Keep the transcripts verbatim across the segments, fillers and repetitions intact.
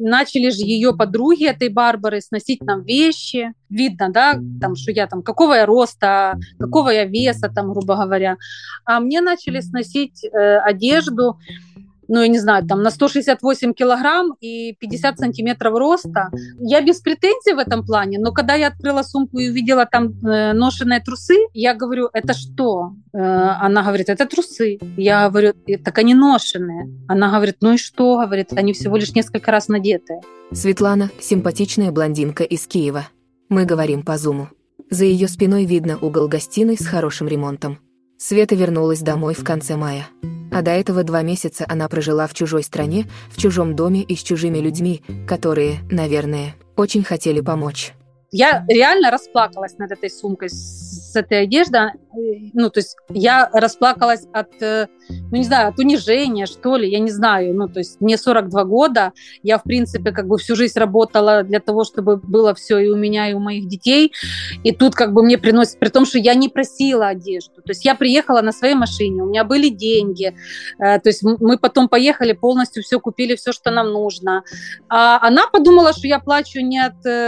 начали же ее подруги этой Барбары сносить нам вещи. Видно, да, там, что я там, какого я роста, какого я веса, там, грубо говоря. А мне начали сносить э, одежду, ну, я не знаю, там, на сто шестьдесят восемь килограмм и пятьдесят сантиметров роста. Я без претензий в этом плане, но когда я открыла сумку и увидела там э, ношеные трусы, я говорю, это что? Э, она говорит, это трусы. Я говорю, так они ношеные. Она говорит, ну и что? Говорит, они всего лишь несколько раз надетые. Светлана – симпатичная блондинка из Киева. Мы говорим по зуму. За ее спиной видно угол гостиной с хорошим ремонтом. Света вернулась домой в конце мая. А до этого два месяца она прожила в чужой стране, в чужом доме и с чужими людьми, которые, наверное, очень хотели помочь. Я реально расплакалась над этой сумкой с этой одеждой. Ну, то есть я расплакалась от, ну, не знаю, от унижения, что ли, я не знаю. Ну, то есть мне сорок два года, я, в принципе, как бы всю жизнь работала для того, чтобы было все и у меня, и у моих детей. И тут как бы мне приносят, при том, что я не просила одежду. То есть я приехала на своей машине, у меня были деньги. То есть мы потом поехали, полностью все купили, все, что нам нужно. А она подумала, что я плачу не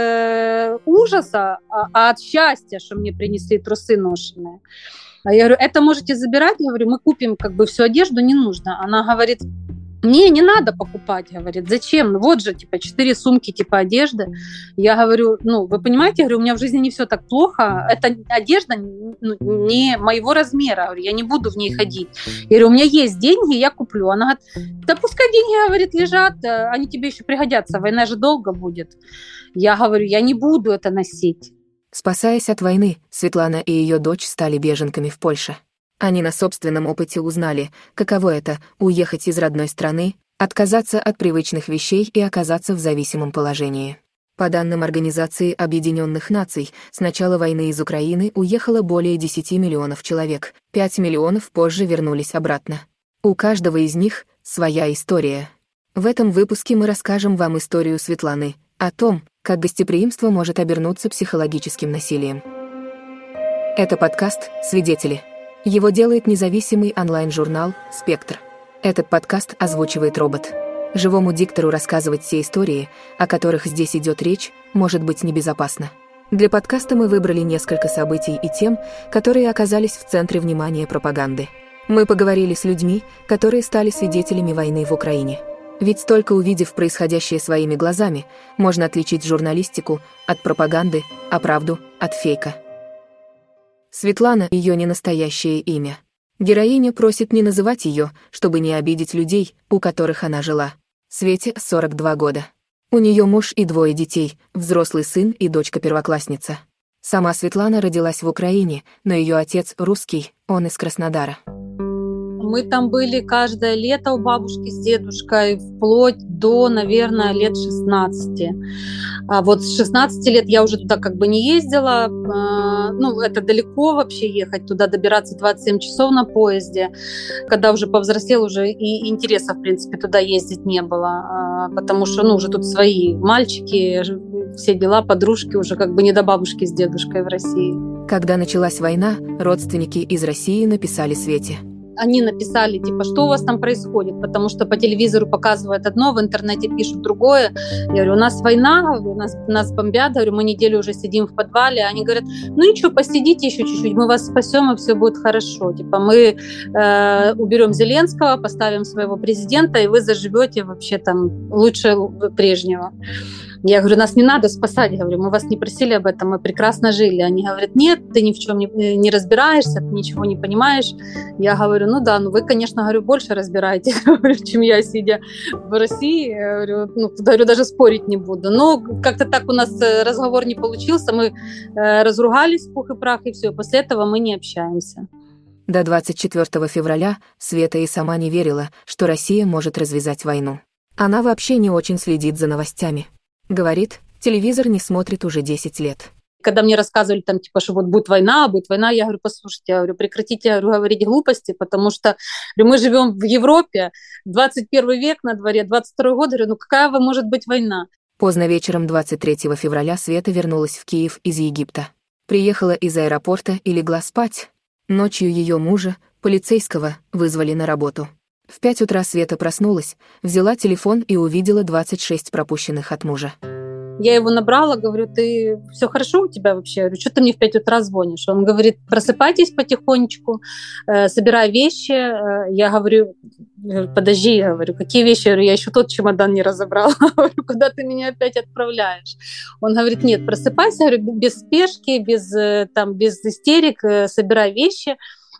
от ужаса, а от счастья, что мне принесли трусы ношеные. А я говорю, это можете забирать? Я говорю, мы купим как бы всю одежду, не нужно. Она говорит, не, не надо покупать, говорит, зачем? Ну вот же, типа, четыре сумки, типа, одежды. Я говорю, ну, вы понимаете, я говорю, у меня в жизни не все так плохо. Эта одежда не моего размера, говорю, я не буду в ней ходить. Я говорю, у меня есть деньги, я куплю. Она говорит, да пускай деньги, говорит, лежат, они тебе еще пригодятся, война же долго будет. Я говорю, я не буду это носить. Спасаясь от войны, Светлана и ее дочь стали беженками в Польше. Они на собственном опыте узнали, каково это — уехать из родной страны, отказаться от привычных вещей и оказаться в зависимом положении. По данным Организации Объединенных Наций, с начала войны из Украины уехало более десяти миллионов человек, пять миллионов позже вернулись обратно. У каждого из них своя история. В этом выпуске мы расскажем вам историю Светланы, о том, как гостеприимство может обернуться психологическим насилием. Это подкаст «Свидетели». Его делает независимый онлайн-журнал «Спектр». Этот подкаст озвучивает робот. Живому диктору рассказывать все истории, о которых здесь идет речь, может быть небезопасно. Для подкаста мы выбрали несколько событий и тем, которые оказались в центре внимания пропаганды. Мы поговорили с людьми, которые стали свидетелями войны в Украине. Ведь только увидев происходящее своими глазами, можно отличить журналистику от пропаганды, а правду от фейка. Светлана — ее ненастоящее имя. Героиня просит не называть ее, чтобы не обидеть людей, у которых она жила. Свете сорок два года. У нее муж и двое детей, взрослый сын и дочка-первоклассница. Сама Светлана родилась в Украине, но ее отец русский, он из Краснодара. Мы там были каждое лето у бабушки с дедушкой, вплоть до, наверное, лет шестнадцати. А вот с шестнадцати лет я уже туда как бы не ездила. Ну, это далеко вообще ехать, туда добираться двадцать семь часов на поезде. Когда уже повзрослел, уже и интереса, в принципе, туда ездить не было. Потому что, ну, уже тут свои мальчики, все дела, подружки, уже как бы не до бабушки с дедушкой в России. Когда началась война, родственники из России написали Свете. Они написали, типа, что у вас там происходит, потому что по телевизору показывают одно, в интернете пишут другое. Я говорю, у нас война, у нас, нас бомбят, говорю, мы неделю уже сидим в подвале. Они говорят, ну ничего, посидите еще чуть-чуть, мы вас спасем, и все будет хорошо. Типа, мы э, уберем Зеленского, поставим своего президента, и вы заживете вообще там лучше прежнего. Я говорю, нас не надо спасать, я говорю, мы вас не просили об этом, мы прекрасно жили. Они говорят, нет, ты ни в чем не, не разбираешься, ты ничего не понимаешь. Я говорю, ну да, ну вы, конечно, говорю, больше разбираетесь, чем я, сидя в России. Я говорю, ну, говорю, даже спорить не буду. Но как-то так у нас разговор не получился, мы разругались в пух и прах, и все, после этого мы не общаемся. До двадцать четвёртого февраля Света и сама не верила, что Россия может развязать войну. Она вообще не очень следит за новостями. Говорит, телевизор не смотрит уже десять лет. Когда мне рассказывали, там, типа, что вот будет война, будет война, я говорю, послушайте, я говорю, прекратите, я говорю, говорить глупости, потому что говорю, мы живем в Европе, двадцать первый век на дворе, двадцать второй год, говорю, ну какая может быть война? Поздно вечером двадцать третьего февраля Света вернулась в Киев из Египта. Приехала из аэропорта и легла спать. Ночью ее мужа, полицейского, вызвали на работу. В пять утра Света проснулась, взяла телефон и увидела двадцать шесть пропущенных от мужа. Я его набрала, говорю, ты все хорошо у тебя вообще? Я говорю, что ты мне в пять утра звонишь? Он говорит, просыпайтесь потихонечку, э, собирай вещи. Э, я говорю, подожди, я говорю, какие вещи? Я говорю, я еще тот чемодан не разобрала. Говорю, куда ты меня опять отправляешь? Он говорит, нет, просыпайся, говорю, без спешки, без, э, там, без истерик, э, собирай вещи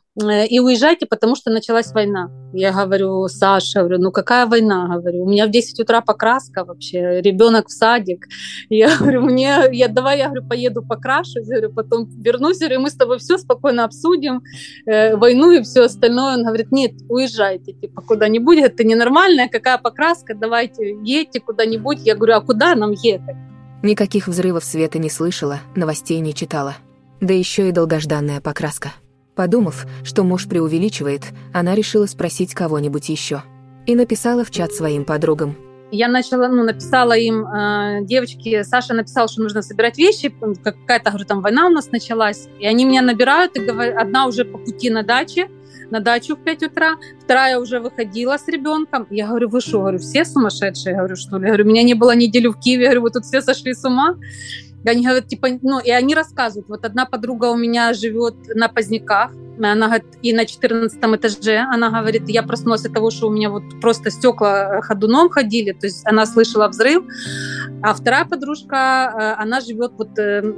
и уезжайте, потому что началась война. Я говорю, Саша, говорю, ну какая война? Говорю, у меня в десять утра покраска вообще, ребенок в садик. Я говорю, мне, я давай, я говорю, поеду покрашусь, говорю, потом вернусь, говорю, мы с тобой все спокойно обсудим, э, войну и все остальное. Он говорит, нет, уезжайте, типа, куда-нибудь, это ненормальная, какая покраска, давайте, едьте куда-нибудь. Я говорю, а куда нам ехать? Никаких взрывов Света не слышала, новостей не читала. Да еще и долгожданная покраска. Подумав, что муж преувеличивает, она решила спросить кого-нибудь еще. И написала в чат своим подругам. Я начала, ну, написала им, э, девочки, Саша написала, что нужно собирать вещи, какая-то, говорю, там война у нас началась, и они меня набирают, и говорят, одна уже по пути на даче, на дачу в пять утра, вторая уже выходила с ребенком. Я говорю, вы что, говорю, все сумасшедшие, говорю, что ли? Я говорю, меня не было неделю в Киеве, говорю, вы тут все сошли с ума. Они говорят, типа, ну, и они рассказывают, вот одна подруга у меня живет на Поздняках, она говорит, и на четырнадцатом этаже, она говорит, я проснулась от того, что у меня вот просто стекла ходуном ходили, то есть она слышала взрыв, а вторая подружка, она живет вот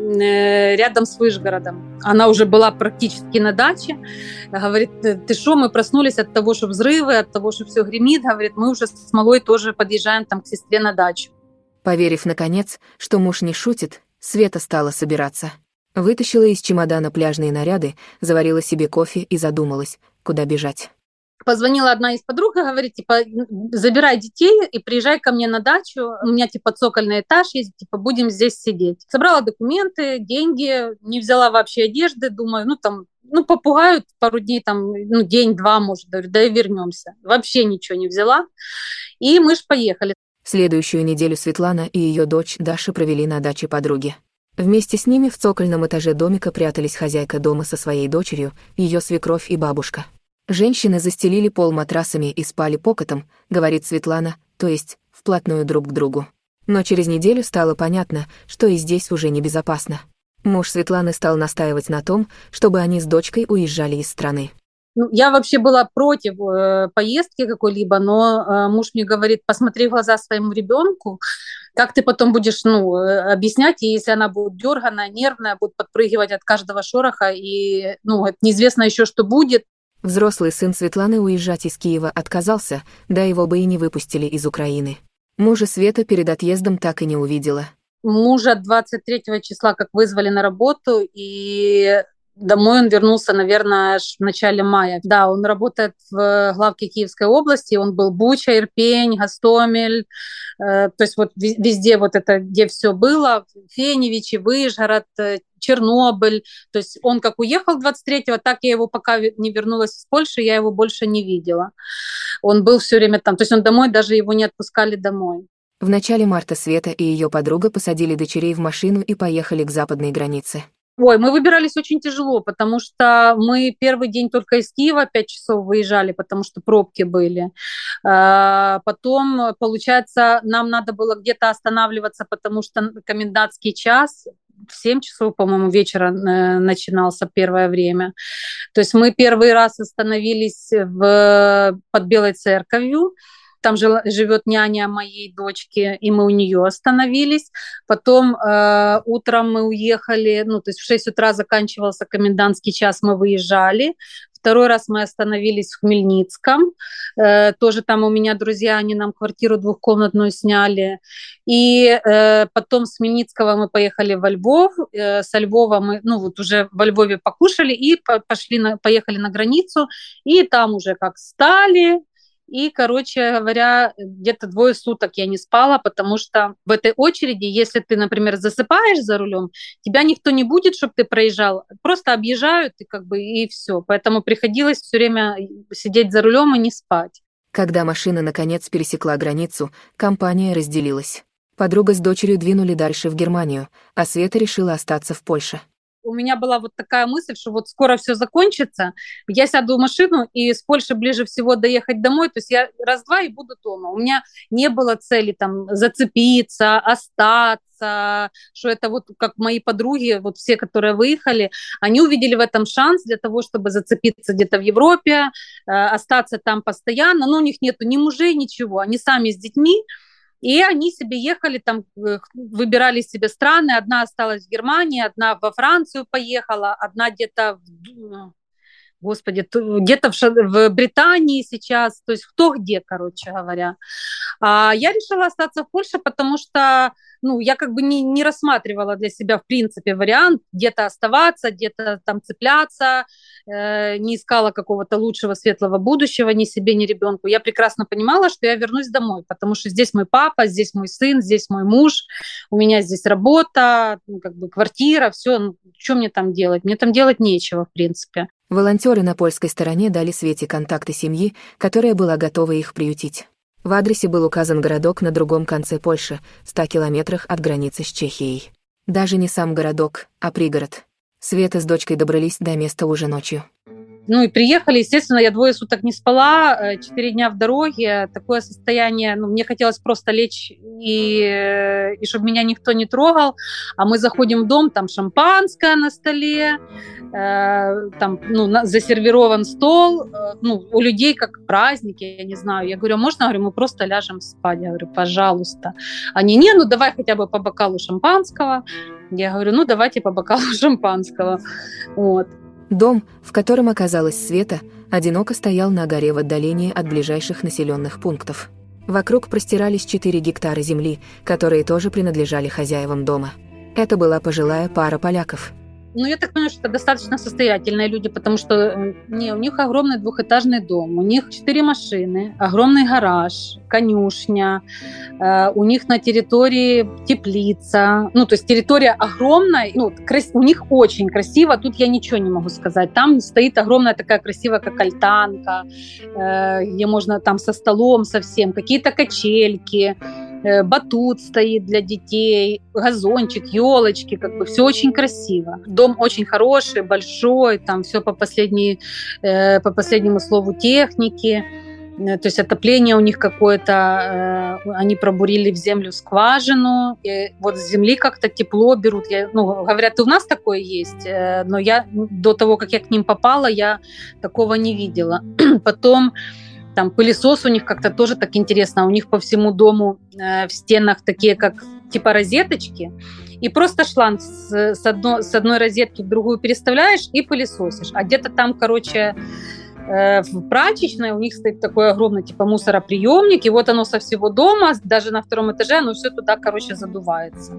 рядом с Вышгородом, она уже была практически на даче, говорит, ты что, мы проснулись от того, что взрывы, от того, что все гремит, говорит, мы уже с малой тоже подъезжаем там к сестре на дачу. Поверив, наконец, что муж не шутит, Света стала собираться. Вытащила из чемодана пляжные наряды, заварила себе кофе и задумалась, куда бежать. Позвонила одна из подруг и говорит, типа, забирай детей и приезжай ко мне на дачу. У меня, типа, цокольный этаж есть, типа, будем здесь сидеть. Собрала документы, деньги, не взяла вообще одежды, думаю, ну, там, ну, попугают пару дней, там, ну, день-два, может, говорю, да и вернемся. Вообще ничего не взяла. И мы ж поехали. Следующую неделю Светлана и ее дочь Даша провели на даче подруги. Вместе с ними в цокольном этаже домика прятались хозяйка дома со своей дочерью, ее свекровь и бабушка. Женщины застелили пол матрасами и спали покотом, говорит Светлана, то есть вплотную друг к другу. Но через неделю стало понятно, что и здесь уже небезопасно. Муж Светланы стал настаивать на том, чтобы они с дочкой уезжали из страны. Ну, я вообще была против э, поездки какой-либо, но э, муж мне говорит, посмотри в глаза своему ребенку, как ты потом будешь, ну, объяснять ей, если она будет дерганая, нервная, будет подпрыгивать от каждого шороха, и, ну, неизвестно еще, что будет. Взрослый сын Светланы уезжать из Киева отказался, да его бы и не выпустили из Украины. Мужа Света перед отъездом так и не увидела. Мужа двадцать третьего числа как вызвали на работу, и домой он вернулся, наверное, аж в начале мая. Да, он работает в главке Киевской области, он был Буча, Ирпень, Гостомель, э, то есть вот везде вот это, где все было, Феневичи, Выжгород, Чернобыль. То есть он как уехал двадцать третьего, так я его, пока не вернулась из Польши, я его больше не видела. Он был все время там, то есть он домой, даже его не отпускали домой. В начале марта Света и ее подруга посадили дочерей в машину и поехали к западной границе. Ой, мы выбирались очень тяжело, потому что мы первый день только из Киева пять часов выезжали, потому что пробки были. Потом, получается, нам надо было где-то останавливаться, потому что комендантский час в семь часов, по-моему, вечера начинался первое время. То есть мы первый раз остановились в, под Белой церковью. Там живет няня моей дочки, и мы у нее остановились. Потом э, утром мы уехали, ну, то есть в шесть утра заканчивался комендантский час, мы выезжали. Второй раз мы остановились в Хмельницком. Э, тоже там у меня друзья, они нам квартиру двухкомнатную сняли. И э, потом с Хмельницкого мы поехали во Львов. Э, со Львова мы, ну, вот уже во Львове покушали и пошли на, поехали на границу. И там уже как стали. И, короче говоря, где-то двое суток я не спала, потому что в этой очереди, если ты, например, засыпаешь за рулем, тебя никто не будет, чтобы ты проезжал, просто объезжают и как бы и все. Поэтому приходилось все время сидеть за рулем и не спать. Когда машина наконец пересекла границу, компания разделилась. Подруга с дочерью двинули дальше в Германию, а Света решила остаться в Польше. у меня была вот такая мысль, что вот скоро все закончится, я сяду в машину и с Польши ближе всего доехать домой, то есть я раз-два и буду дома. У меня не было цели там зацепиться, остаться, что это вот как мои подруги, вот все, которые выехали, они увидели в этом шанс для того, чтобы зацепиться где-то в Европе, э, остаться там постоянно, но у них нету ни мужей, ничего, они сами с детьми, и они себе ехали, там выбирали себе страны. Одна осталась в Германии, одна во Францию поехала, одна где-то в, господи, где-то в, в Британии сейчас. То есть кто где, короче говоря. А я решила остаться в Польше, потому что ну, я как бы не, не рассматривала для себя, в принципе, вариант где-то оставаться, где-то там цепляться, э, не искала какого-то лучшего, светлого будущего ни себе, ни ребенку. Я прекрасно понимала, что я вернусь домой, потому что здесь мой папа, здесь мой сын, здесь мой муж, у меня здесь работа, ну, как бы квартира, все. Ну, что мне там делать? Мне там делать нечего, в принципе. Волонтеры на польской стороне дали Свете контакты семьи, которая была готова их приютить. В адресе был указан городок на другом конце Польши, в ста километрах от границы с Чехией. Даже не сам городок, а пригород. Света с дочкой добрались до места уже ночью. Ну и приехали, естественно, я двое суток не спала, четыре дня в дороге, такое состояние, ну, мне хотелось просто лечь и, и чтобы меня никто не трогал, а мы заходим в дом, там шампанское на столе, э, там, ну, на, засервирован стол, э, ну, у людей как праздники, я не знаю, я говорю, можно, говорю, мы просто ляжем спать, я говорю, пожалуйста. Они, не, ну, давай хотя бы по бокалу шампанского, я говорю, ну, давайте по бокалу шампанского, вот. Дом, в котором оказалась Света, одиноко стоял на горе в отдалении от ближайших населенных пунктов. Вокруг простирались четыре гектара земли, которые тоже принадлежали хозяевам дома. Это была пожилая пара поляков. Ну, я так понимаю, что это достаточно состоятельные люди, потому что не, у них огромный двухэтажный дом, у них четыре машины, огромный гараж, конюшня, э, у них на территории теплица, ну, то есть территория огромная, ну, крас... у них очень красиво, тут я ничего не могу сказать. Там стоит огромная такая красивая, как альтанка, э, где можно там со столом совсем, какие-то качельки, батут стоит для детей, газончик, елочки, как бы все очень красиво. Дом очень хороший, большой, там все по, последней, э, по последнему слову техники. То есть отопление у них какое-то, э, они пробурили в землю скважину, и вот с земли как-то тепло берут. Я, ну, говорят, и у нас такое есть, э, но я до того, как я к ним попала, я такого не видела. Потом там пылесос у них как-то тоже так интересно. У них по всему дому э, в стенах такие, как типа розеточки. И просто шланг с, с, одно, с одной розетки в другую переставляешь и пылесосишь. А где-то там, короче, э, в прачечной у них стоит такой огромный типа мусороприемник. И вот оно со всего дома, даже на втором этаже, оно все туда, короче, задувается.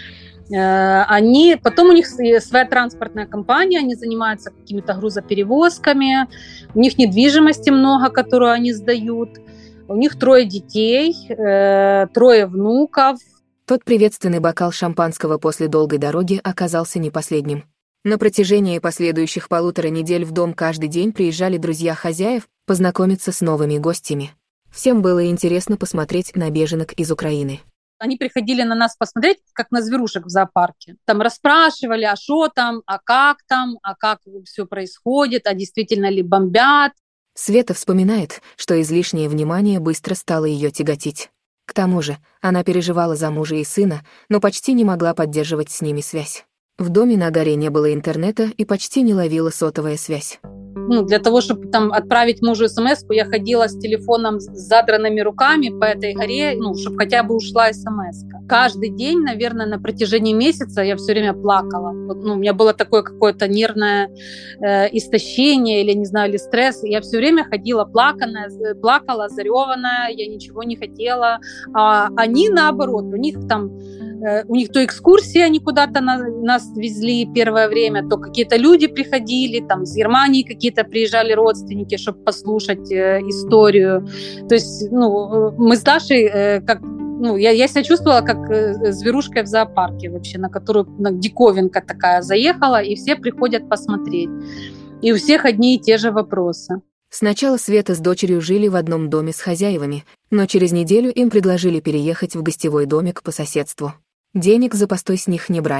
Они, потом у них своя транспортная компания, они занимаются какими-то грузоперевозками, у них недвижимости много, которую они сдают, у них трое детей, трое внуков. Тот приветственный бокал шампанского после долгой дороги оказался не последним. На протяжении последующих полутора недель в дом каждый день приезжали друзья хозяев познакомиться с новыми гостями. Всем было интересно посмотреть на беженок из Украины. Они приходили на нас посмотреть, как на зверушек в зоопарке. Там расспрашивали, а что там, а как там, а как все происходит, а действительно ли бомбят. Света вспоминает, что излишнее внимание быстро стало ее тяготить. К тому же она переживала за мужа и сына, но почти не могла поддерживать с ними связь. В доме на горе не было интернета и почти не ловила сотовая связь. Ну, для того, чтобы там отправить мужу смс-ку, я ходила с телефоном с задранными руками по этой горе, ну, чтобы хотя бы ушла смс-ка. Каждый день, наверное, на протяжении месяца я все время плакала. Вот, ну, у меня было такое какое-то нервное э, истощение или, не знаю, или стресс. Я все время ходила плаканая, плакала, зареванная, я ничего не хотела. А они, наоборот, у них там у них то экскурсии, они куда-то на, нас везли первое время, то какие-то люди приходили, там из Германии какие-то приезжали родственники, чтобы послушать э, историю. То есть, ну, мы с Дашей, э, как, ну, я, я себя чувствовала как э, зверушкой в зоопарке вообще, на которую на диковинка такая заехала, и все приходят посмотреть. И у всех одни и те же вопросы. Сначала Света с дочерью жили в одном доме с хозяевами, но через неделю им предложили переехать в гостевой домик по соседству. Денег за постой с них не брали.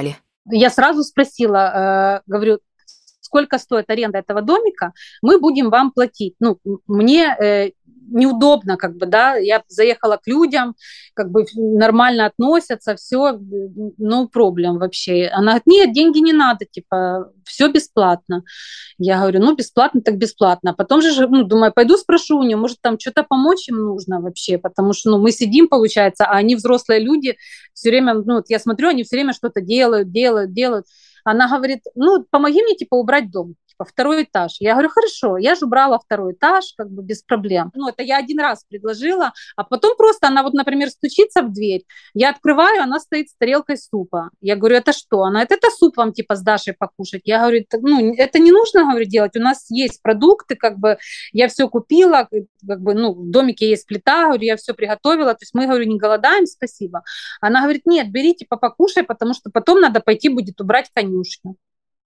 Я сразу спросила, э, говорю, сколько стоит аренда этого домика, мы будем вам платить. Ну, мне э, неудобно, как бы, да, я заехала к людям, как бы нормально относятся, все, no problem вообще. Она говорит, нет, деньги не надо, типа, все бесплатно. Я говорю, ну, бесплатно так бесплатно. А потом же, ну, думаю, пойду спрошу у нее, может, там что-то помочь им нужно вообще, потому что, ну, мы сидим, получается, а они взрослые люди, все время, ну, вот я смотрю, они все время что-то делают, делают, делают. Она говорит, ну, помоги мне, типа, убрать дом, типа, второй этаж. Я говорю, хорошо, я же убрала второй этаж, как бы без проблем. Ну, это я один раз предложила, а потом просто она вот, например, стучится в дверь, я открываю, она стоит с тарелкой супа. Я говорю, это что? Она говорит, это суп вам, типа, с Дашей покушать. Я говорю, ну, это не нужно, говорю, делать, у нас есть продукты, как бы, я все купила, как бы, ну, в домике есть плита, говорю, я все приготовила, то есть мы, говорю, не голодаем, спасибо. Она говорит, нет, бери, типа, покушай, потому что потом надо пойти будет убрать конюшню.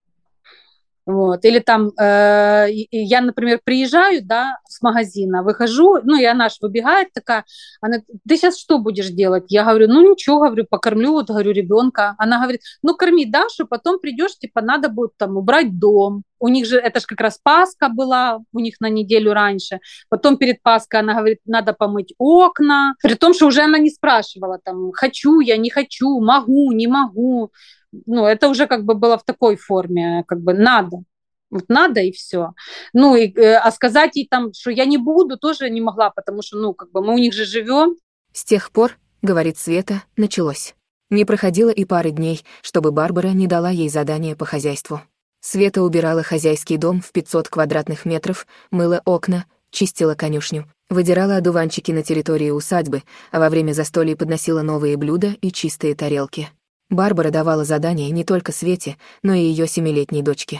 Вот. Или там э, я, например, приезжаю, да, с магазина, выхожу, ну, и она ж выбегает такая, она, ты сейчас что будешь делать? Я говорю, ну, ничего, говорю, покормлю, вот, говорю, ребенка. Она говорит, ну, корми Дашу, потом придешь, типа, надо будет там убрать дом. У них же, это же как раз Пасха была, у них на неделю раньше. Потом перед Пасхой она говорит, надо помыть окна. При том, что уже она не спрашивала, там, хочу я, не хочу, могу, не могу. Ну, это уже как бы было в такой форме, как бы надо. Вот надо и все. Ну, и, э, а сказать ей там, что я не буду, тоже не могла, потому что, ну, как бы мы у них же живем. С тех пор, говорит Света, началось. Не проходило и пары дней, чтобы Барбара не дала ей задание по хозяйству. Света убирала хозяйский дом в пятьсот квадратных метров, мыла окна, чистила конюшню, выдирала одуванчики на территории усадьбы, а во время застолья подносила новые блюда и чистые тарелки. Барбара давала задания не только Свете, но и ее семилетней дочке.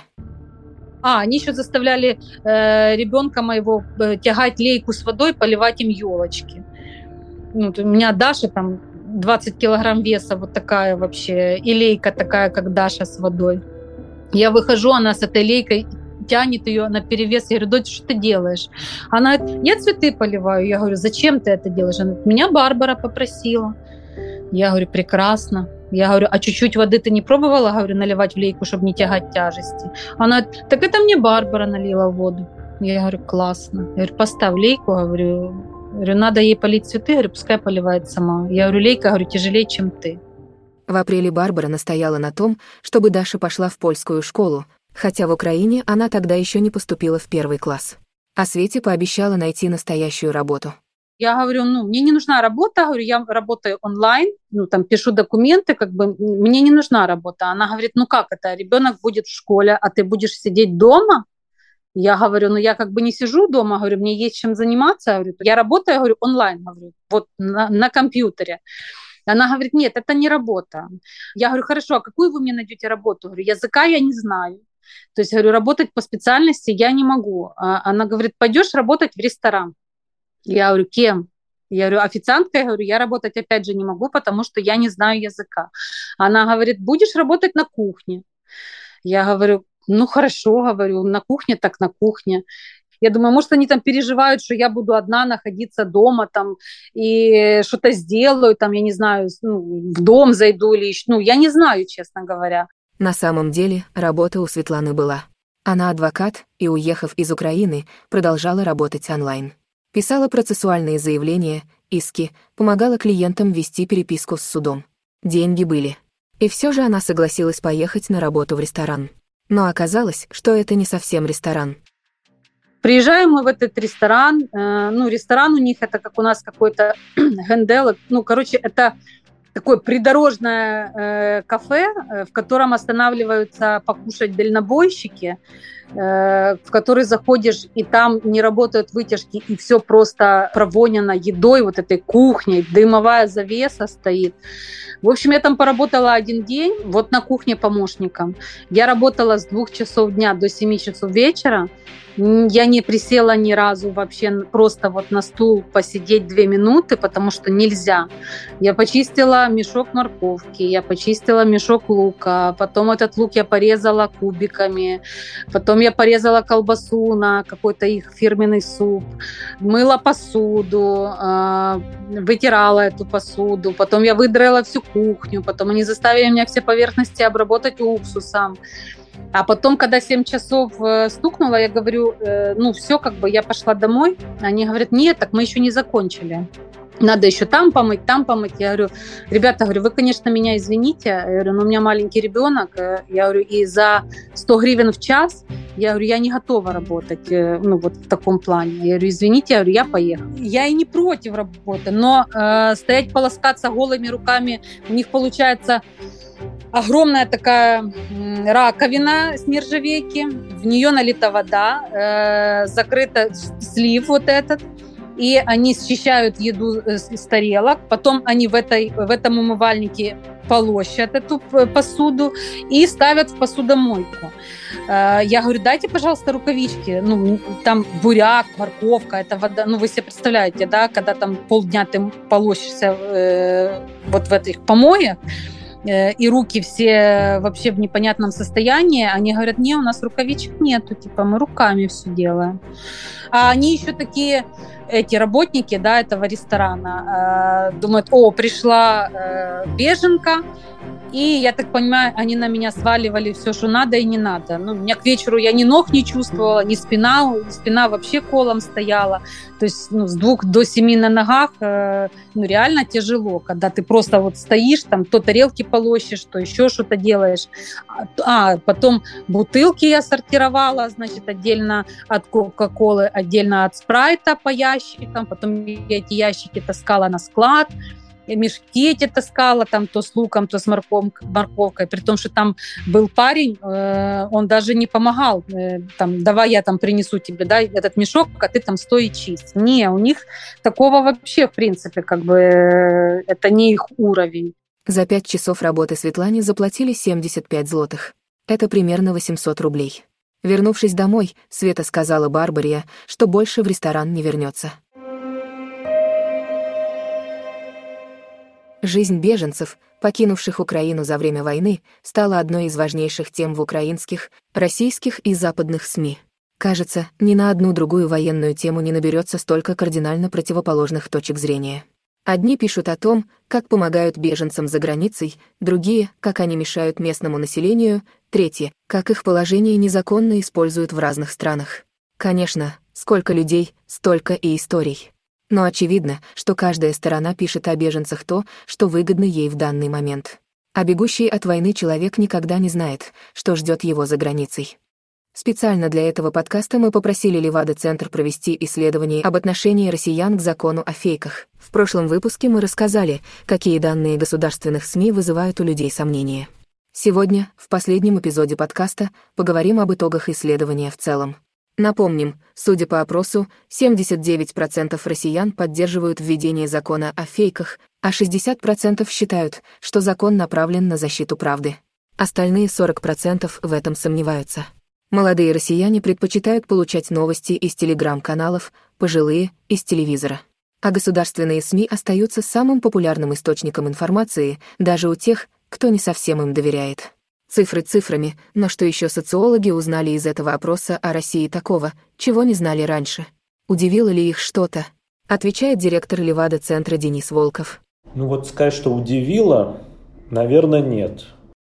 А, они еще заставляли э, ребенка моего э, тягать лейку с водой, поливать им елочки. Ну, у меня Даша там двадцать килограмм веса, вот такая вообще, и лейка такая, как Даша с водой. Я выхожу, она с этой лейкой тянет ее на перевес. Я говорю, дочь, что ты делаешь? Она говорит, я цветы поливаю. Я говорю, зачем ты это делаешь? Она говорит, меня Барбара попросила. Я говорю, прекрасно. Я говорю, а чуть-чуть воды ты не пробовала, говорю, наливать в лейку, чтобы не тягать тяжести? Она говорит, так это мне Барбара налила воду. Я говорю, классно. Я говорю, поставь лейку, говорю, говорю, надо ей полить цветы, говорю, пускай поливает сама. Я говорю, лейка, говорю, тяжелее, чем ты. В апреле Барбара настояла на том, чтобы Даша пошла в польскую школу, хотя в Украине она тогда еще не поступила в первый класс. А Свете пообещала найти настоящую работу. Я говорю, ну, мне не нужна работа, говорю, я работаю онлайн, ну, там, пишу документы, как бы, мне не нужна работа. Она говорит, ну, как это, ребенок будет в школе, а ты будешь сидеть дома? Я говорю, ну, я как бы не сижу дома, говорю, мне есть чем заниматься, говорю, я работаю, говорю, онлайн, говорю, вот на, на компьютере. Она говорит, нет, это не работа. Я говорю, хорошо, а какую вы мне найдете работу? Говорю, языка я не знаю. То есть, говорю, работать по специальности я не могу. Она говорит, пойдешь работать в ресторан. Я говорю, кем? Я говорю, официанткой, я говорю, я работать опять же не могу, потому что я не знаю языка. Она говорит, будешь работать на кухне. Я говорю, ну хорошо, говорю, на кухне так на кухне. Я думаю, может, они там переживают, что я буду одна находиться дома там и что-то сделаю, там, я не знаю, ну, в дом зайду или еще, ну, я не знаю, честно говоря. На самом деле, работа у Светланы была. Она адвокат и, уехав из Украины, продолжала работать онлайн. Писала процессуальные заявления, иски, помогала клиентам вести переписку с судом. Деньги были. И все же она согласилась поехать на работу в ресторан. Но оказалось, что это не совсем ресторан. Приезжаем мы в этот ресторан. Э, ну, ресторан у них это как у нас какой-то генделок. Ну, короче, это такое придорожное э, кафе, э, в котором останавливаются покушать дальнобойщики, э, в который заходишь, и там не работают вытяжки, и все просто провонено едой, вот этой кухней, дымовая завеса стоит. В общем, я там поработала один день, вот на кухне помощником. Я работала с двух часов дня до семи часов вечера. Я не присела ни разу вообще, просто вот на стул посидеть две минуты, потому что нельзя. Я почистила почистила мешок морковки, я почистила мешок лука, потом этот лук я порезала кубиками, потом я порезала колбасу на какой-то их фирменный суп, мыла посуду, вытирала эту посуду, потом я выдраила всю кухню, потом они заставили меня все поверхности обработать уксусом. А потом, когда семь часов стукнуло, я говорю, ну все, как бы я пошла домой. Они говорят, нет, так мы еще не закончили. Надо еще там помыть, там помыть. Я говорю, ребята, говорю, вы, конечно, меня извините. Я говорю, но у меня маленький ребенок. Я говорю, и за сто гривен в час, я говорю, я не готова работать, ну, вот в таком плане. Я говорю, извините, я говорю, я поехала. Я и не против работы, но э, стоять полоскаться голыми руками, у них получается огромная такая раковина с нержавейки, в нее налита вода, э, закрыта слив вот этот, и они счищают еду с тарелок, потом они в, этой, в этом умывальнике полощут эту посуду и ставят в посудомойку. Я говорю, дайте, пожалуйста, рукавички. Ну, там буряк, морковка, это вода. Ну, вы себе представляете, да, когда там полдня ты полощешься э, вот в этих помоях, и руки все вообще в непонятном состоянии, они говорят, не, у нас рукавичек нету, типа мы руками все делаем. А они еще такие, эти работники, да, этого ресторана, э, думают, о, пришла э, беженка, и, я так понимаю, они на меня сваливали все, что надо и не надо. Ну, у меня к вечеру я ни ног не чувствовала, ни спина, спина вообще колом стояла. То есть ну, с двух до семи на ногах э, ну, реально тяжело, когда ты просто вот стоишь, там то тарелки полощешь, то еще что-то делаешь. А, потом бутылки я сортировала, значит, отдельно от Кока-Колы, отдельно от Спрайта по ящикам, потом я эти ящики таскала на склад, мешки эти таскала, там то с луком, то с морковкой, при том, что там был парень, э, он даже не помогал, э, там, давай я там принесу тебе, да, этот мешок, а ты там стой и чисть. Не, у них такого вообще, в принципе, как бы, э, это не их уровень. За пять часов работы Светлане заплатили семьдесят пять злотых. Это примерно восемьсот рублей. Вернувшись домой, Света сказала Барбаре, что больше в ресторан не вернется. Жизнь беженцев, покинувших Украину за время войны, стала одной из важнейших тем в украинских, российских и западных СМИ. Кажется, ни на одну другую военную тему не наберется столько кардинально противоположных точек зрения. Одни пишут о том, как помогают беженцам за границей, другие, как они мешают местному населению, третьи, как их положение незаконно используют в разных странах. Конечно, сколько людей, столько и историй. Но очевидно, что каждая сторона пишет о беженцах то, что выгодно ей в данный момент. А бегущий от войны человек никогда не знает, что ждет его за границей. Специально для этого подкаста мы попросили Левада-центр провести исследование об отношении россиян к закону о фейках. В прошлом выпуске мы рассказали, какие данные государственных СМИ вызывают у людей сомнения. Сегодня, в последнем эпизоде подкаста, поговорим об итогах исследования в целом. Напомним, судя по опросу, семьдесят девять процентов россиян поддерживают введение закона о фейках, а шестьдесят процентов считают, что закон направлен на защиту правды. Остальные сорок процентов в этом сомневаются. Молодые россияне предпочитают получать новости из телеграм-каналов, пожилые — из телевизора. А государственные СМИ остаются самым популярным источником информации даже у тех, кто не совсем им доверяет. Цифры цифрами, но что еще социологи узнали из этого опроса о России такого, чего не знали раньше? Удивило ли их что-то? Отвечает директор Левада-центра Денис Волков. Ну вот сказать, что удивило, наверное, нет.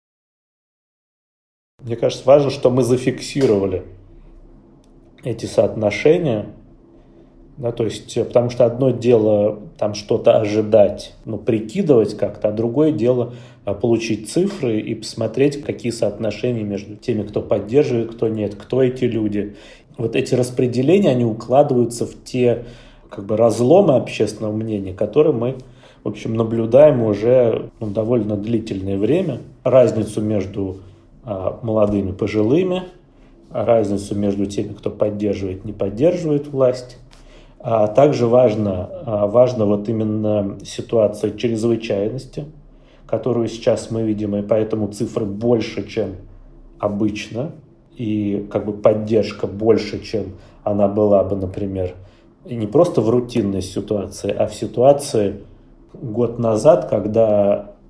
Мне кажется, важно, что мы зафиксировали эти соотношения. Да, то есть, потому что одно дело там что-то ожидать, ну, прикидывать как-то, а другое дело получить цифры и посмотреть, какие соотношения между теми, кто поддерживает, кто нет, кто эти люди. Вот эти распределения, они укладываются в те как бы разломы общественного мнения, которые мы, в общем, наблюдаем уже ну, довольно длительное время. Разницу между а, молодыми и пожилыми, разницу между теми, кто поддерживает и не поддерживает власть. А также важно, важно вот именно ситуация чрезвычайности, которую сейчас мы видим, и поэтому цифры больше, чем обычно, и как бы поддержка больше, чем она была бы, например, и не просто в рутинной ситуации, а в ситуации год назад, когда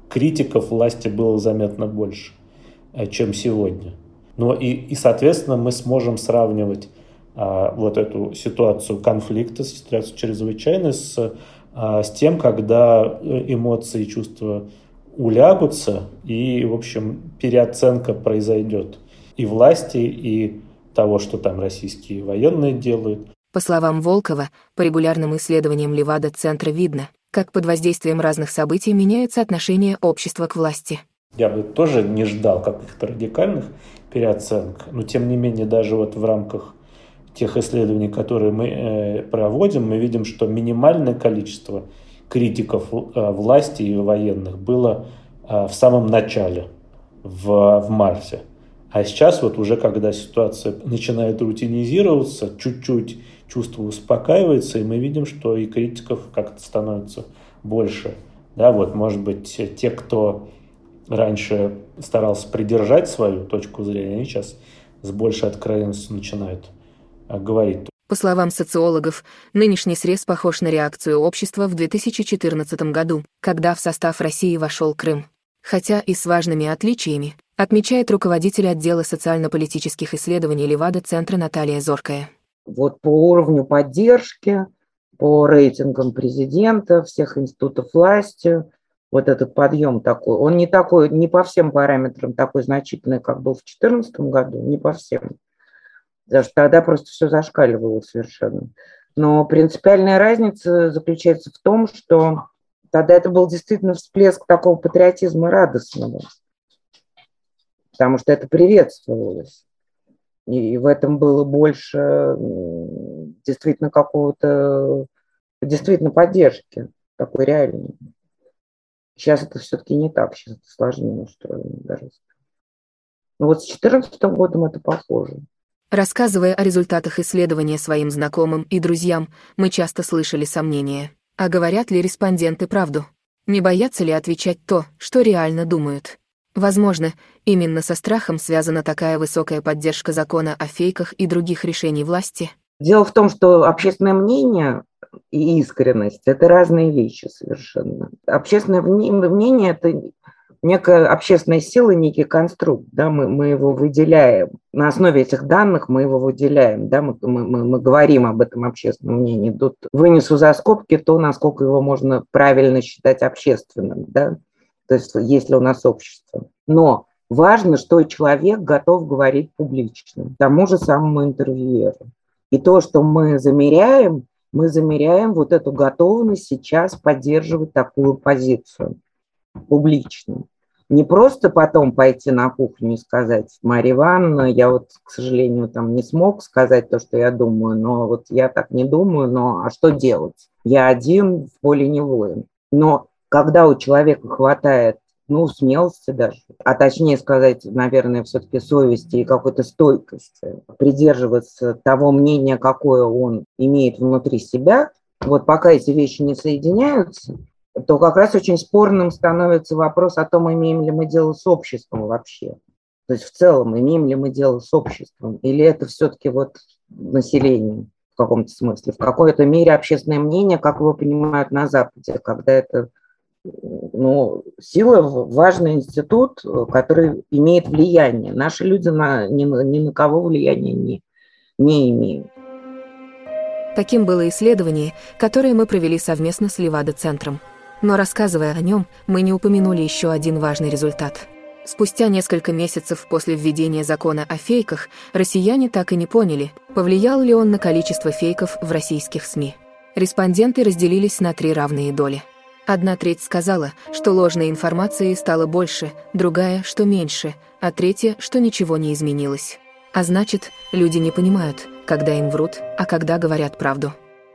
критиков власти было заметно больше, чем сегодня. Но и, и соответственно, мы сможем сравнивать а, вот эту ситуацию конфликта, ситуацию чрезвычайной, с, а, с тем, когда эмоции и чувства улягутся, и, в общем, переоценка произойдет и власти, и того, что там российские военные делают. По словам Волкова, по регулярным исследованиям Левада-центра видно, как под воздействием разных событий меняется отношение общества к власти. Я бы тоже не ждал каких-то радикальных переоценок, но тем не менее даже вот в рамках тех исследований, которые мы э, проводим, мы видим, что минимальное количество критиков э, власти и военных было э, в самом начале, в, в марте. А сейчас вот уже, когда ситуация начинает рутинизироваться, чуть-чуть чувство успокаивается, и мы видим, что и критиков как-то становится больше. Да, вот, может быть, те, кто раньше старался придержать свою точку зрения, они сейчас с большей откровенностью начинают говорить. По словам социологов, нынешний срез похож на реакцию общества в две тысячи четырнадцатом году, когда в состав России вошел Крым. Хотя и с важными отличиями, отмечает руководитель отдела социально-политических исследований Левада-центра Наталья Зоркая. Вот по уровню поддержки, по рейтингам президента, всех институтов власти, вот этот подъем такой, он не такой, не по всем параметрам такой значительный, как был в две тысячи четырнадцатом году, не по всем. Потому что тогда просто все зашкаливало совершенно. Но принципиальная разница заключается в том, что тогда это был действительно всплеск такого патриотизма радостного, потому что это приветствовалось. И в этом было больше действительно какого-то, действительно поддержки, такой реальной. Сейчас это все-таки не так, сейчас это сложнее устроено даже. Но вот с две тысячи четырнадцатым годом это похоже. Рассказывая о результатах исследования своим знакомым и друзьям, мы часто слышали сомнения. А говорят ли респонденты правду? Не боятся ли отвечать то, что реально думают? Возможно, именно со страхом связана такая высокая поддержка закона о фейках и других решений власти. Дело в том, что общественное мнение и искренность – это разные вещи совершенно. Общественное мнение – это некая общественная сила, некий конструкт, да, мы, мы его выделяем. На основе этих данных мы его выделяем, да, мы, мы, мы говорим об этом общественном мнении. Тут вынесу за скобки то, насколько его можно правильно считать общественным, да, то есть если у нас общество. Но важно, что человек готов говорить публично, тому же самому интервьюеру. И то, что мы замеряем, мы замеряем вот эту готовность сейчас поддерживать такую позицию публично. Не просто потом пойти на кухню и сказать: Марья Ивановна, я вот, к сожалению, там не смог сказать то, что я думаю, но вот я так не думаю, но а что делать? Я один, в поле не воин. Но когда у человека хватает, ну, смелости даже, а точнее сказать, наверное, все-таки совести и какой-то стойкости, придерживаться того мнения, какое он имеет внутри себя, вот пока эти вещи не соединяются, то как раз очень спорным становится вопрос о том, имеем ли мы дело с обществом вообще. То есть в целом, имеем ли мы дело с обществом, или это все-таки вот население в каком-то смысле, в какой-то мере общественное мнение, как его понимают на Западе, когда это, ну, сила, важный институт, который имеет влияние. Наши люди на, ни, ни на кого влияния не, не имеют. Таким было исследование, которое мы провели совместно с Левада-центром. Но рассказывая о нем, мы не упомянули еще один важный результат. Спустя несколько месяцев после введения закона о фейках, россияне так и не поняли, повлиял ли он на количество фейков в российских СМИ. Респонденты разделились на три равные доли. Одна треть сказала, что ложной информации стало больше, другая, что меньше, а третья, что ничего не изменилось. А значит, люди не понимают, когда им врут, а когда говорят правду.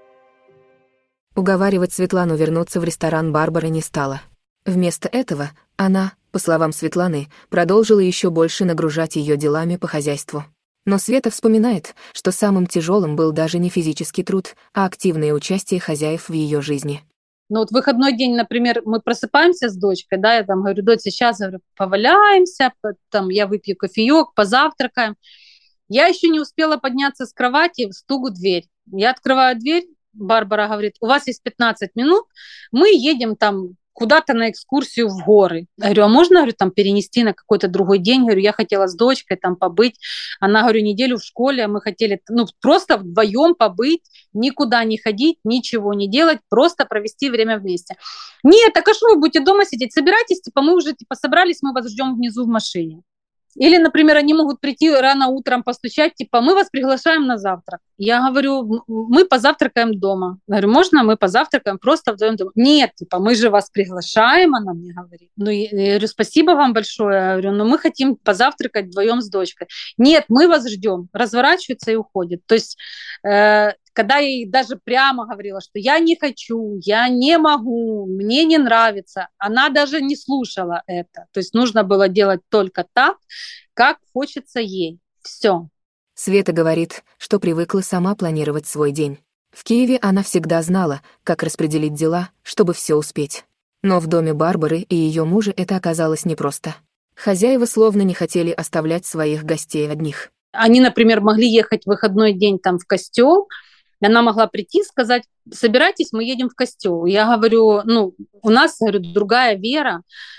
Уговаривать Светлану вернуться в ресторан Барбара не стала. Вместо этого она, по словам Светланы, продолжила еще больше нагружать ее делами по хозяйству. Но Света вспоминает, что самым тяжелым был даже не физический труд, а активное участие хозяев в ее жизни. Ну вот выходной день, например, мы просыпаемся с дочкой, да, я там говорю: дочь, сейчас, говорю, поваляемся, там я выпью кофеек, позавтракаем. Я еще не успела подняться с кровати, стук в дверь. Я открываю дверь, Барбара говорит: у вас есть пятнадцать минут, мы едем там куда-то на экскурсию в горы. Я говорю, а можно, говорю, там перенести на какой-то другой день? Говорю, я хотела с дочкой там побыть. Она, говорю, неделю в школе, а мы хотели, ну, просто вдвоем побыть, никуда не ходить, ничего не делать, просто провести время вместе. Нет, так а что вы будете дома сидеть? Собирайтесь, типа, мы уже, типа, собрались, мы вас ждем внизу в машине. Или, например, они могут прийти рано утром постучать, типа, мы вас приглашаем на завтрак. Я говорю, мы позавтракаем дома. Говорю, можно мы позавтракаем просто вдвоем дома? Нет, типа, мы же вас приглашаем, она мне говорит. Ну, я говорю, спасибо вам большое. Я говорю, но мы хотим позавтракать вдвоем с дочкой. Нет, мы вас ждем. Разворачивается и уходит. То есть, э, когда я ей даже прямо говорила, что я не хочу, я не могу, мне не нравится, она даже не слушала это. То есть нужно было делать только так, как хочется ей. Все. Света говорит, что привыкла сама планировать свой день. В Киеве она всегда знала, как распределить дела, чтобы все успеть. Но в доме Барбары и ее мужа это оказалось непросто. Хозяева словно не хотели оставлять своих гостей одних. Они, например, могли ехать в выходной день там в костел, она могла прийти и сказать, собирайтесь, мы едем в костел. Я говорю, ну, у нас, говорю, другая вера.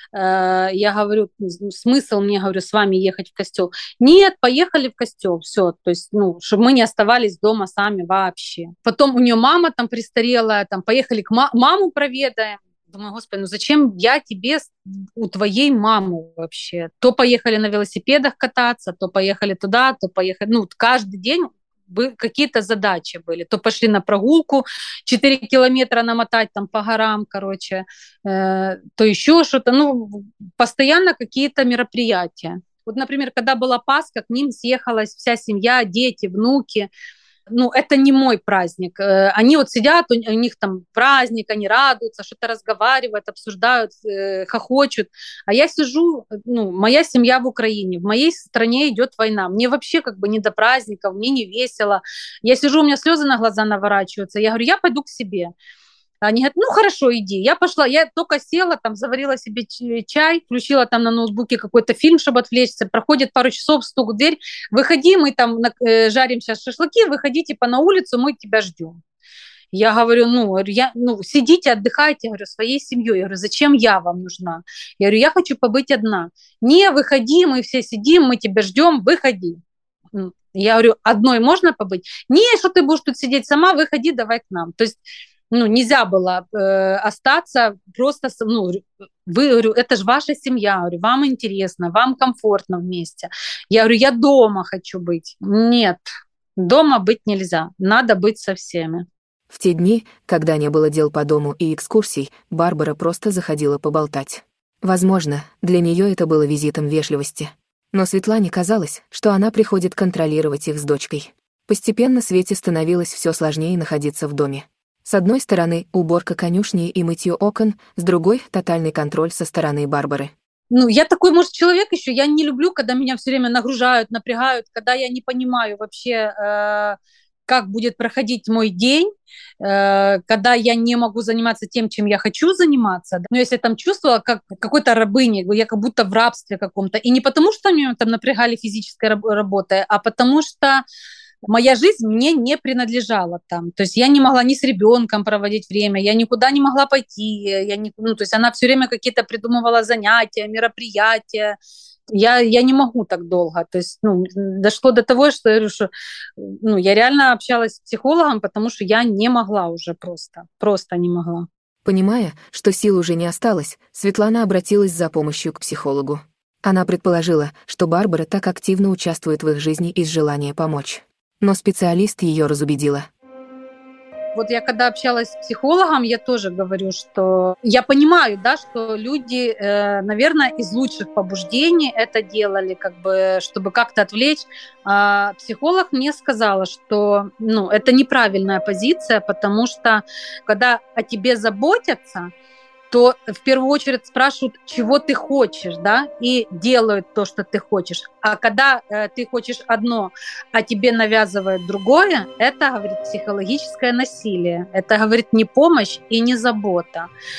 Я говорю, смысл мне, говорю, с вами ехать в костел? Нет, поехали в костел, все. То есть, ну, чтобы мы не оставались дома сами вообще. Потом у нее мама там престарелая, там, поехали к ма- маму проведаем. Думаю, господи, ну зачем я тебе у твоей мамы вообще? То поехали на велосипедах кататься, то поехали туда, то поехали. Ну, каждый день какие-то задачи были. То пошли на прогулку, четыре километра намотать там по горам, короче, э, то еще что-то. Ну, постоянно какие-то мероприятия. Вот, например, когда была Пасха, к ним съехалась вся семья, дети, внуки. Ну, это не мой праздник. Они вот сидят, у них там праздник, они радуются, что-то разговаривают, обсуждают, хохочут. А я сижу, ну, моя семья в Украине, в моей стране идет война. Мне вообще как бы не до праздников, мне не весело. Я сижу, у меня слезы на глаза наворачиваются. Я говорю, я пойду к себе. Они говорят, ну хорошо, иди. Я пошла, я только села, там заварила себе чай, включила там на ноутбуке какой-то фильм, чтобы отвлечься. Проходит пару часов, стук в дверь. Выходи, мы там э, жарим сейчас шашлыки, выходи типа на улицу, мы тебя ждем. Я говорю, ну, я, ну, сидите, отдыхайте, я говорю, своей семьей. Я говорю, зачем я вам нужна? Я говорю, я хочу побыть одна. Не, выходи, мы все сидим, мы тебя ждем, выходи. Я говорю, одной можно побыть? Не, что ты будешь тут сидеть сама, выходи, давай к нам. То есть ну, нельзя было э, остаться просто, ну, вы, говорю, это же ваша семья, говорю, вам интересно, вам комфортно вместе. Я говорю, я дома хочу быть. Нет, дома быть нельзя, надо быть со всеми. В те дни, когда не было дел по дому и экскурсий, Барбара просто заходила поболтать. Возможно, для нее это было визитом вежливости. Но Светлане казалось, что она приходит контролировать их с дочкой. Постепенно Свете становилось все сложнее находиться в доме. С одной стороны, уборка конюшни и мытье окон, с другой — тотальный контроль со стороны Барбары. Ну, я такой, может, человек еще, я не люблю, когда меня все время нагружают, напрягают, когда я не понимаю вообще, э, как будет проходить мой день, э, когда я не могу заниматься тем, чем я хочу заниматься. Но если я там чувствовала, как какой-то рабыней, я как будто в рабстве каком-то. И не потому, что меня там напрягали физической работой, а потому что моя жизнь мне не принадлежала там. То есть я не могла ни с ребенком проводить время, я никуда не могла пойти. Я не, ну, то есть она все время какие-то придумывала занятия, мероприятия. Я, я не могу так долго. То есть ну, дошло до того, что я говорю, что ну, я реально общалась с психологом, потому что я не могла уже просто. Просто не могла. Понимая, что сил уже не осталось, Светлана обратилась за помощью к психологу. Она предположила, что Барбара так активно участвует в их жизни из желания помочь. Но специалист ее разубедила. Вот я когда общалась с психологом, я тоже говорю, что я понимаю, да, что люди, э, наверное, из лучших побуждений это делали, как бы, чтобы как-то отвлечь. А психолог мне сказала, что ну, это неправильная позиция, потому что когда о тебе заботятся, то в первую очередь спрашивают, чего ты хочешь, да, и делают то, что ты хочешь. А когда э, ты хочешь одно, а тебе навязывают другое, это, говорит, психологическое насилие. Это, говорит, не помощь и не забота.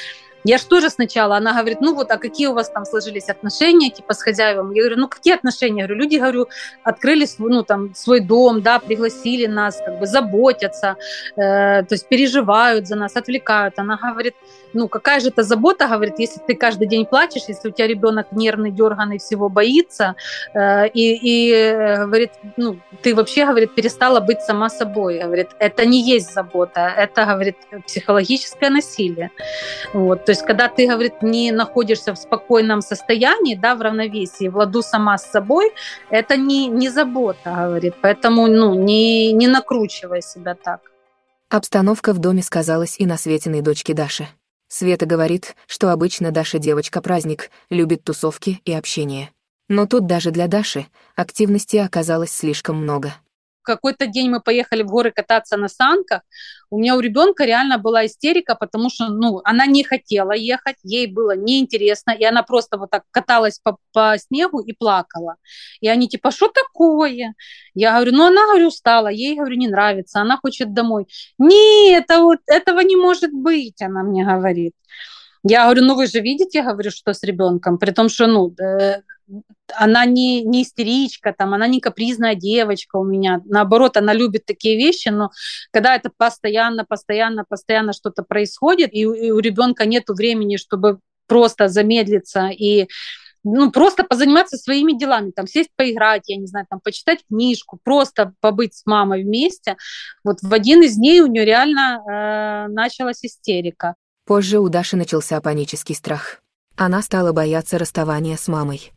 Я ж тоже сначала, она говорит, ну вот, а какие у вас там сложились отношения, типа, с хозяевами? Я говорю, ну какие отношения? Я говорю, люди, говорю, открыли свой, ну, там, свой дом, да, пригласили нас, как бы заботятся, э, то есть переживают за нас, отвлекают. Она говорит, ну какая же это забота, говорит, если ты каждый день плачешь, если у тебя ребенок нервный, дерганый, всего боится, э, и, и э, говорит, ну, ты вообще, говорит, перестала быть сама собой. Говорит, это не есть забота, это, говорит, психологическое насилие. Вот, то есть, когда ты, говорит, не находишься в спокойном состоянии, да, в равновесии, в ладу сама с собой, это не, не забота, говорит. Поэтому, ну, не, не накручивай себя так. Обстановка в доме сказалась и на Светиной дочке Даше. Света говорит, что обычно Даша девочка-праздник, любит тусовки и общение. Но тут даже для Даши активности оказалось слишком много. Какой-то день мы поехали в горы кататься на санках. У меня у ребенка реально была истерика, потому что, ну, она не хотела ехать, ей было неинтересно, и она просто вот так каталась по, по снегу и плакала. И они типа, что такое? Я говорю, ну, она, говорю, устала, ей, говорю, не нравится, она хочет домой. Нет, это вот, этого не может быть, она мне говорит. Я говорю, ну, вы же видите, говорю, что с ребенком, при том, что, ну, э, она не, не истеричка, там, она не капризная девочка у меня. Наоборот, она любит такие вещи, но когда это постоянно, постоянно, постоянно что-то происходит, и, и у ребенка нет времени, чтобы просто замедлиться и ну, просто позаниматься своими делами, там, сесть поиграть, я не знаю, там, почитать книжку, просто побыть с мамой вместе. Вот в один из дней у нее реально э, началась истерика. Позже у Даши начался панический страх. Она стала бояться расставания с мамой.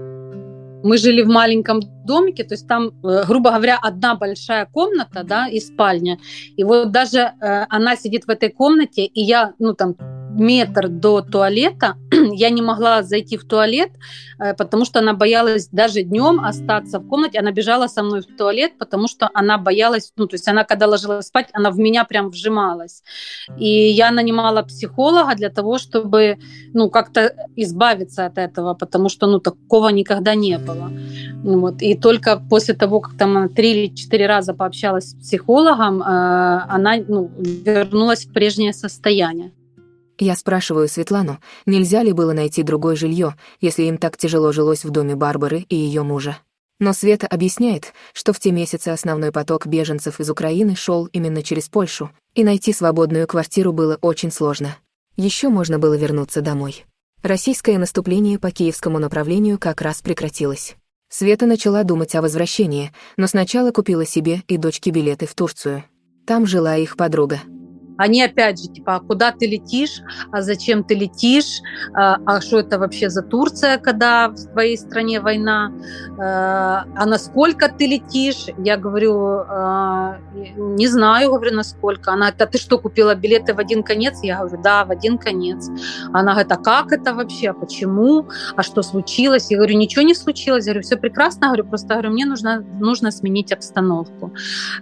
Мы жили в маленьком домике, то есть там, грубо говоря, одна большая комната, да, и спальня. И вот даже э, она сидит в этой комнате, и я, ну, там, метр до туалета, я не могла зайти в туалет, э, потому что она боялась даже днем остаться в комнате. Она бежала со мной в туалет, потому что она боялась, ну, то есть она, когда ложилась спать, она в меня прям вжималась. И я нанимала психолога для того, чтобы, ну, как-то избавиться от этого, потому что, ну, такого никогда не было. Вот. И только после того, как там она три или четыре раза пообщалась с психологом, э, она, ну, вернулась в прежнее состояние. Я спрашиваю Светлану, нельзя ли было найти другое жилье, если им так тяжело жилось в доме Барбары и ее мужа. Но Света объясняет, что в те месяцы основной поток беженцев из Украины шел именно через Польшу, и найти свободную квартиру было очень сложно. Еще можно было вернуться домой. Российское наступление по киевскому направлению как раз прекратилось. Света начала думать о возвращении, но сначала купила себе и дочке билеты в Турцию. Там жила их подруга. Они опять же, типа, а куда ты летишь, а зачем ты летишь, а, а что это вообще за Турция, когда в твоей стране война, а, а насколько ты летишь? Я говорю, а, не знаю, говорю, насколько. Она говорит, а ты что, купила билеты в один конец? Я говорю, да, в один конец. Она говорит, а как это вообще, а почему, а что случилось? Я говорю, ничего не случилось, я говорю, все прекрасно, я говорю, просто говорю, мне нужно, нужно сменить обстановку.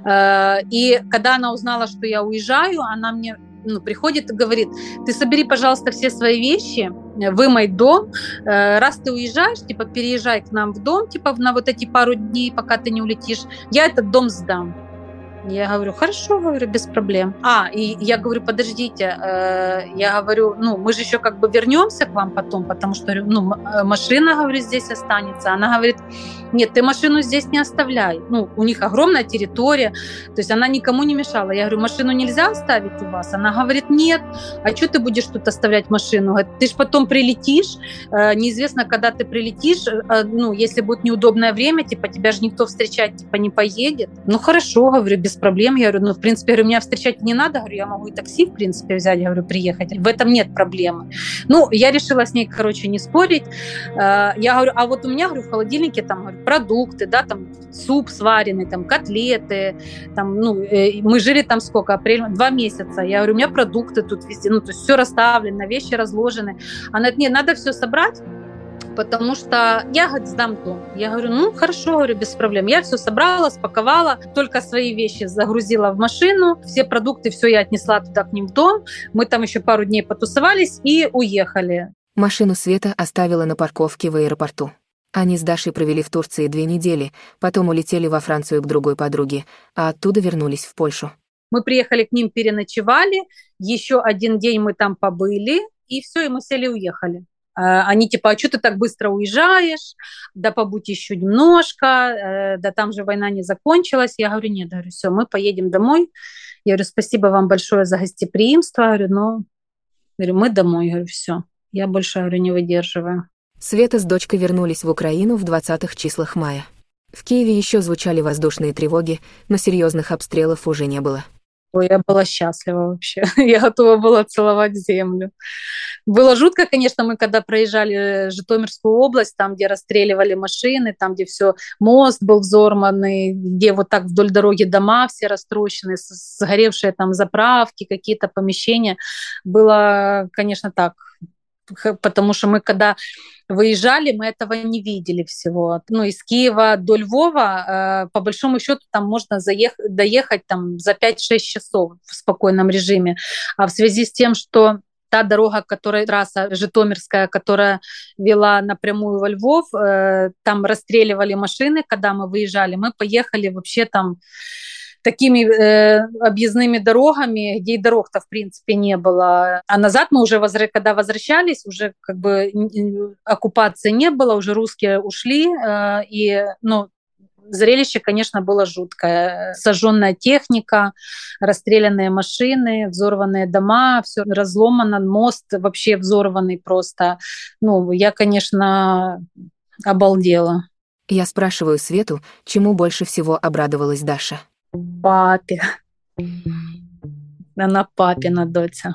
И когда она узнала, что я уезжаю, она мне ну, приходит и говорит, ты собери, пожалуйста, все свои вещи, вымой дом, раз ты уезжаешь, типа, переезжай к нам в дом, типа, на вот эти пару дней, пока ты не улетишь, я этот дом сдам. Я говорю, хорошо, говорю, без проблем. А, и я говорю, подождите, э, я говорю, ну, мы же еще как бы вернемся к вам потом, потому что, ну, машина, говорю, здесь останется. Она говорит, нет, ты машину здесь не оставляй. Ну, у них огромная территория, то есть она никому не мешала. Я говорю, машину нельзя оставить у вас? Она говорит, нет. А что ты будешь тут оставлять машину? Говорит, ты же потом прилетишь, э, неизвестно, когда ты прилетишь, э, ну, если будет неудобное время, типа, тебя же никто встречать, типа, не поедет. Ну, хорошо, говорю, без проблем. Я говорю, ну, в принципе, говорю, меня встречать не надо. Говорю, я могу и такси, в принципе, взять, я говорю, приехать. В этом нет проблемы. Ну, я решила с ней, короче, не спорить. Я говорю, а вот у меня, говорю, в холодильнике там, говорю, продукты, да, там, суп сваренный, там, котлеты, там, ну, мы жили там сколько, апрель, два месяца. Я говорю, у меня продукты тут везде, ну, то есть все расставлено, вещи разложены. Она говорит, нет, надо все собрать, потому что я, говорит, сдам дом. Я говорю, ну, хорошо, говорю, без проблем. Я все собрала, спаковала, только свои вещи загрузила в машину, все продукты, все я отнесла туда к ним в дом. Мы там еще пару дней потусовались и уехали. Машину Света оставила на парковке в аэропорту. Они с Дашей провели в Турции две недели, потом улетели во Францию к другой подруге, а оттуда вернулись в Польшу. Мы приехали к ним, переночевали, еще один день мы там побыли, и все, и мы сели и уехали. Они типа, а что ты так быстро уезжаешь? Да побудь еще немножко, да там же война не закончилась. Я говорю, нет, говорю, все, мы поедем домой. Я говорю, спасибо вам большое за гостеприимство. Говорю, но говорю, мы домой. Я говорю, все, я больше, говорю, не выдерживаю. Света с дочкой вернулись в Украину в двадцатых числах мая. В Киеве еще звучали воздушные тревоги, но серьезных обстрелов уже не было. Ой, я была счастлива вообще. Я готова была целовать землю. Было жутко, конечно, мы когда проезжали Житомирскую область, там, где расстреливали машины, там, где все, мост был взорванный, где вот так вдоль дороги дома все растрощены, сгоревшие там заправки, какие-то помещения. Было, конечно, так. Потому что мы, когда выезжали, мы этого не видели всего. Ну, из Киева до Львова, э, по большому счету, там можно заехать, доехать там, за пять-шесть часов в спокойном режиме. А в связи с тем, что та дорога, которая, трасса Житомирская, которая вела напрямую во Львов, э, там расстреливали машины, когда мы выезжали. Мы поехали вообще там такими э, объездными дорогами, где и дорог-то в принципе не было. А назад мы уже, возра... когда возвращались, уже как бы оккупации не было, уже русские ушли, э, и, ну, зрелище, конечно, было жуткое. Сожженная техника, расстрелянные машины, взорванные дома, все разломано, мост вообще взорванный просто. Ну, я, конечно, обалдела. Я спрашиваю Свету, чему больше всего обрадовалась Даша. Папе. Она папина доча.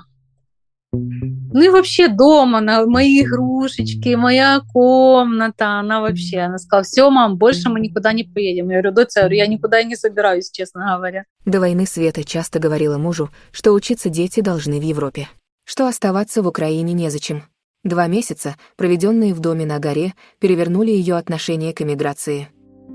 Ну и вообще дома, на мои игрушечки, моя комната, она вообще, она сказала, все, мам, больше мы никуда не поедем. Я говорю, доча, я никуда и не собираюсь, честно говоря. До войны Света часто говорила мужу, что учиться дети должны в Европе, что оставаться в Украине незачем. Два месяца, проведенные в доме на горе, перевернули ее отношение к эмиграции.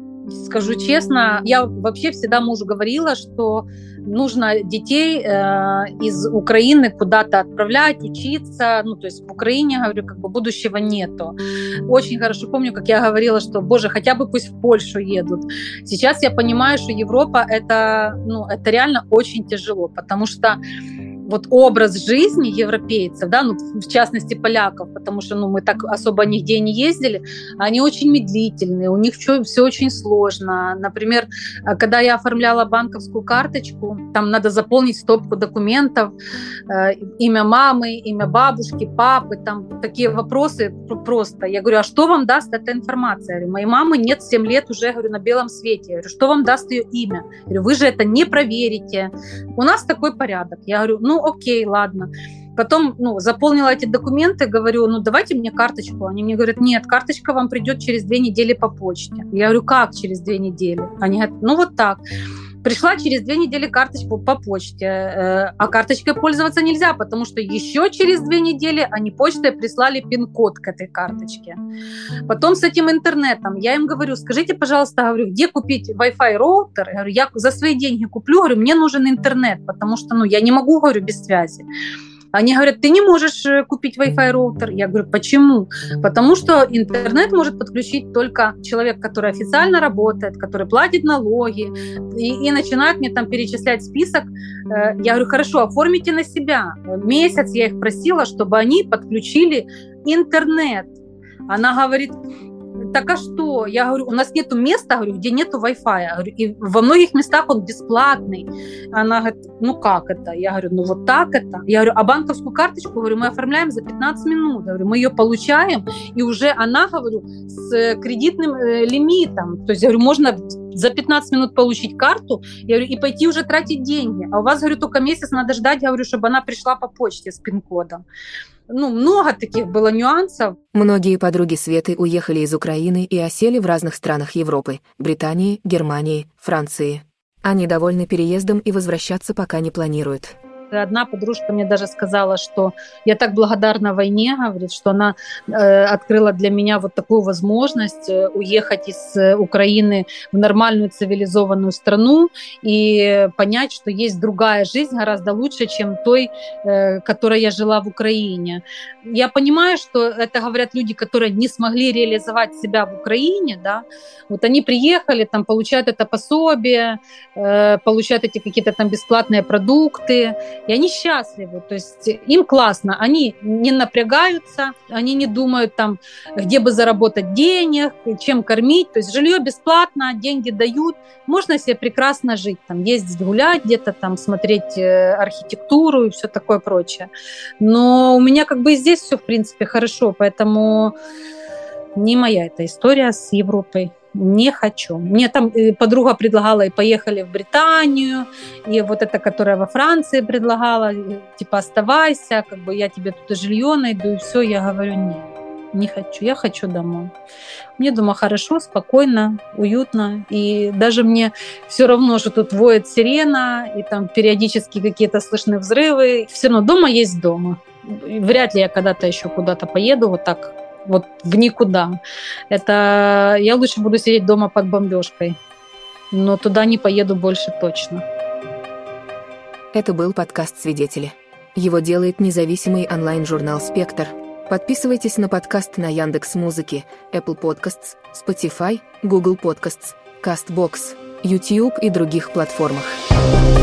Скажу честно, я вообще всегда мужу говорила, что нужно детей э, из Украины куда-то отправлять, учиться. Ну, то есть в Украине, говорю, как бы будущего нету. Очень хорошо помню, как я говорила, что, боже, хотя бы пусть в Польшу едут. Сейчас я понимаю, что Европа это, ну, это реально очень тяжело, потому что вот образ жизни европейцев, да, ну, в частности поляков, потому что, ну, мы так особо нигде не ездили, они очень медлительные, у них все, все очень сложно. Например, когда я оформляла банковскую карточку, там надо заполнить стопку документов, э, имя мамы, имя бабушки, папы, там такие вопросы просто. Я говорю, а что вам даст эта информация? Я говорю, моей мамы нет семь лет уже, говорю, на белом свете. Я говорю, что вам даст ее имя? Я говорю, вы же это не проверите. У нас такой порядок. Я говорю, ну, окей, ладно. Потом, ну, заполнила эти документы, говорю, ну, давайте мне карточку. Они мне говорят, нет, карточка вам придет через две недели по почте. Я говорю, как через две недели? Они говорят, ну, вот так. Пришла через две недели карточку по почте, а карточкой пользоваться нельзя, потому что еще через две недели они почтой прислали пин-код к этой карточке. Потом с этим интернетом я им говорю, скажите, пожалуйста, говорю, где купить Wi-Fi роутер? Я говорю, я за свои деньги куплю, говорю, мне нужен интернет, потому что, ну, я не могу, говорю, без связи. Они говорят, ты не можешь купить Wi-Fi роутер. Я говорю, почему? Потому что интернет может подключить только человек, который официально работает, который платит налоги, и, и начинают мне там перечислять список. Я говорю, хорошо, оформите на себя. Месяц я их просила, чтобы они подключили интернет. Она говорит, так а что? Я говорю, у нас нету места, говорю, где нету Wi-Fi. Я говорю, и во многих местах он бесплатный. Она говорит, ну как это? Я говорю, ну вот так это. Я говорю, а банковскую карточку, говорю, мы оформляем за пятнадцать минут. Я говорю, мы ее получаем, и уже она, говорю, с кредитным э, лимитом. То есть, я говорю, можно за пятнадцать минут получить карту, я говорю, и пойти уже тратить деньги. А у вас, говорю, только месяц надо ждать, я говорю, чтобы она пришла по почте с пин-кодом. Ну, много таких было нюансов. Многие подруги Светы уехали из Украины и осели в разных странах Европы, Британии, Германии, Франции. Они довольны переездом и возвращаться пока не планируют. Одна подружка мне даже сказала, что я так благодарна войне, говорит, что она э, открыла для меня вот такую возможность э, уехать из э, Украины в нормальную цивилизованную страну и понять, что есть другая жизнь гораздо лучше, чем той, э, которой я жила в Украине. Я понимаю, что это говорят люди, которые не смогли реализовать себя в Украине, да, вот они приехали, там получают это пособие, э, получают эти какие-то там бесплатные продукты, и они счастливы, то есть им классно, они не напрягаются, они не думают там, где бы заработать денег, чем кормить, то есть жилье бесплатно, деньги дают, можно себе прекрасно жить, там, ездить гулять где-то, там, смотреть архитектуру и все такое прочее. Но у меня как бы и здесь все, в принципе, хорошо, поэтому не моя эта история с Европой. Не хочу. Мне там подруга предлагала, и поехали в Британию, и вот эта, которая во Франции предлагала, типа, оставайся, как бы я тебе тут и жилье найду, и все. Я говорю, нет, не хочу, я хочу домой. Мне дома хорошо, спокойно, уютно, и даже мне все равно, что тут воет сирена, и там периодически какие-то слышны взрывы, все равно дома есть дома. Вряд ли я когда-то еще куда-то поеду вот так, вот в никуда. Это я лучше буду сидеть дома под бомбежкой, но туда не поеду больше точно. Это был подкаст «Свидетели». Его делает независимый онлайн-журнал «Спектр». Подписывайтесь на подкаст на Яндекс.Музыке, Apple Podcasts, Spotify, Google Podcasts, CastBox, YouTube и других платформах.